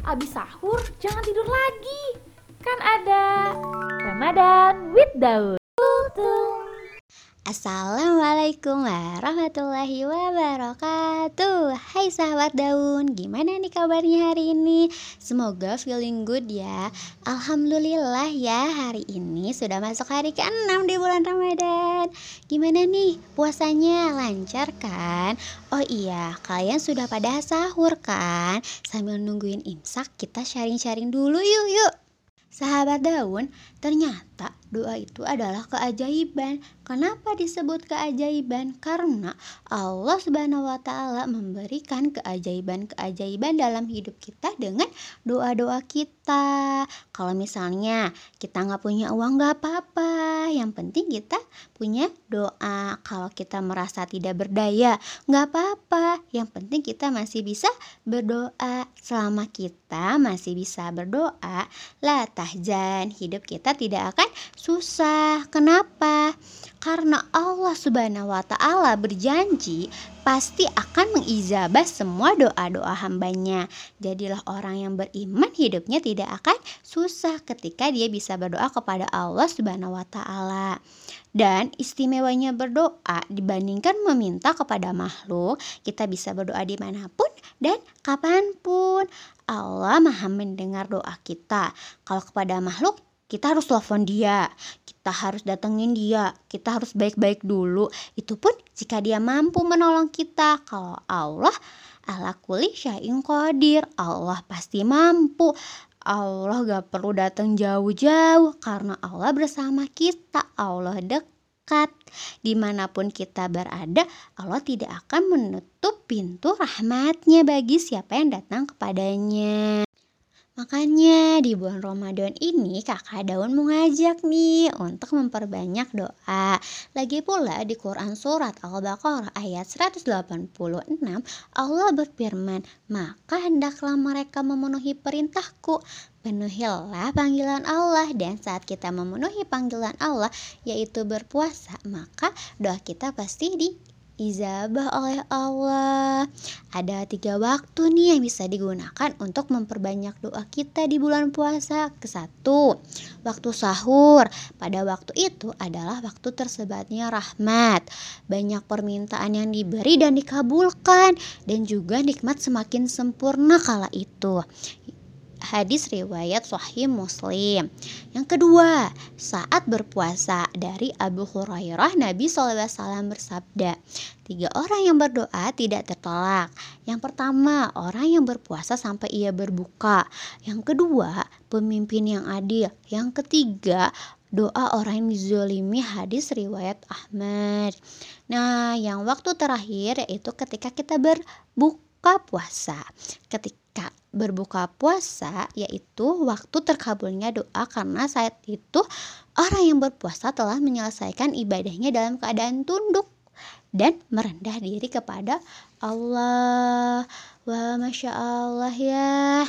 abis sahur jangan tidur lagi. Kan ada Ramadan with Daud. Assalamualaikum warahmatullahi wabarakatuh. Hai sahabat daun, gimana nih kabarnya hari ini? Semoga feeling good ya. Alhamdulillah ya, hari ini sudah masuk hari ke-6 di bulan Ramadan. Gimana nih puasanya, lancar kan? Oh iya, kalian sudah pada sahur kan? Sambil nungguin imsak, kita sharing-sharing dulu yuk. Sahabat daun, ternyata doa itu adalah keajaiban. Kenapa disebut keajaiban? Karena Allah Subhanahu wa Ta'ala memberikan keajaiban-keajaiban dalam hidup kita dengan doa-doa kita. Kalau misalnya kita nggak punya uang nggak apa-apa, yang penting kita punya doa. Kalau kita merasa tidak berdaya nggak apa-apa, yang penting kita masih bisa berdoa. Selama kita masih bisa berdoa, la tahzan, hidup kita tidak akan susah. Kenapa? Karena Allah Subhanahu wa Ta'ala berjanji pasti akan mengijabah semua doa-doa hambanya. Jadilah orang yang beriman, hidupnya tidak akan susah ketika dia bisa berdoa kepada Allah Subhanahu wa Ta'ala. Dan istimewanya berdoa dibandingkan meminta kepada makhluk, kita bisa berdoa dimanapun dan kapanpun. Allah maha mendengar doa kita. Kalau kepada makhluk, kita harus telepon dia, kita harus datengin dia, kita harus baik-baik dulu. Itu pun jika dia mampu menolong kita. Kalau Allah ala kulli syai'in qadir, Allah pasti mampu. Allah gak perlu datang jauh-jauh karena Allah bersama kita. Allah dekat. Dimanapun kita berada, Allah tidak akan menutup pintu rahmatnya bagi siapa yang datang kepadanya. Makanya di bulan Ramadan ini kakak daun mau ngajak nih untuk memperbanyak doa. Lagi pula di Quran surat Al-Baqarah ayat 186 Allah berfirman, maka hendaklah mereka memenuhi perintahku. Penuhilah panggilan Allah, dan saat kita memenuhi panggilan Allah yaitu berpuasa, maka doa kita pasti diijabah oleh Allah. Ada 3 waktu nih yang bisa digunakan untuk memperbanyak doa kita di bulan puasa. Ke-1, waktu sahur. Pada waktu itu adalah waktu tersebarnya rahmat. Banyak permintaan yang diberi dan dikabulkan, dan juga nikmat semakin sempurna kala itu. Hadis riwayat Sahih Muslim. Yang kedua, saat berpuasa. Dari Abu Hurairah, Nabi SAW bersabda, 3 orang yang berdoa tidak tertolak. Yang pertama, orang yang berpuasa sampai ia berbuka. Yang kedua, pemimpin yang adil. Yang ketiga, doa orang yang dizolimi. Hadis riwayat Ahmad. Nah, yang waktu terakhir yaitu ketika kita berbuka puasa. Ketika berbuka puasa yaitu waktu terkabulnya doa, karena saat itu orang yang berpuasa telah menyelesaikan ibadahnya dalam keadaan tunduk dan merendah diri kepada Allah. Wah, Masya Allah ya.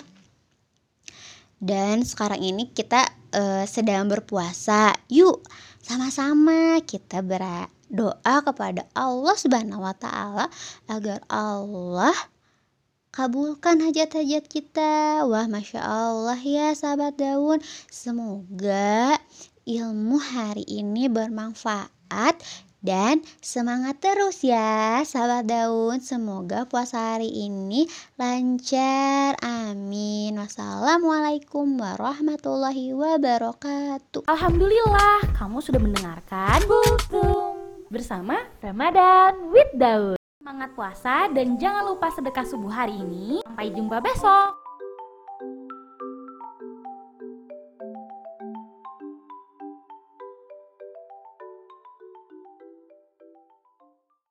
Dan sekarang ini kita sedang berpuasa. Yuk sama-sama kita berdoa kepada Allah Subhanahu wa Ta'ala agar Allah kabulkan hajat-hajat kita. Wah, Masya Allah ya sahabat daun. Semoga ilmu hari ini bermanfaat dan semangat terus ya sahabat daun. Semoga puasa hari ini lancar. Amin. Wassalamualaikum warahmatullahi wabarakatuh. Alhamdulillah, kamu sudah mendengarkan Butung bersama Ramadan with Daud. Semangat puasa dan jangan lupa sedekah subuh hari ini. Sampai jumpa besok.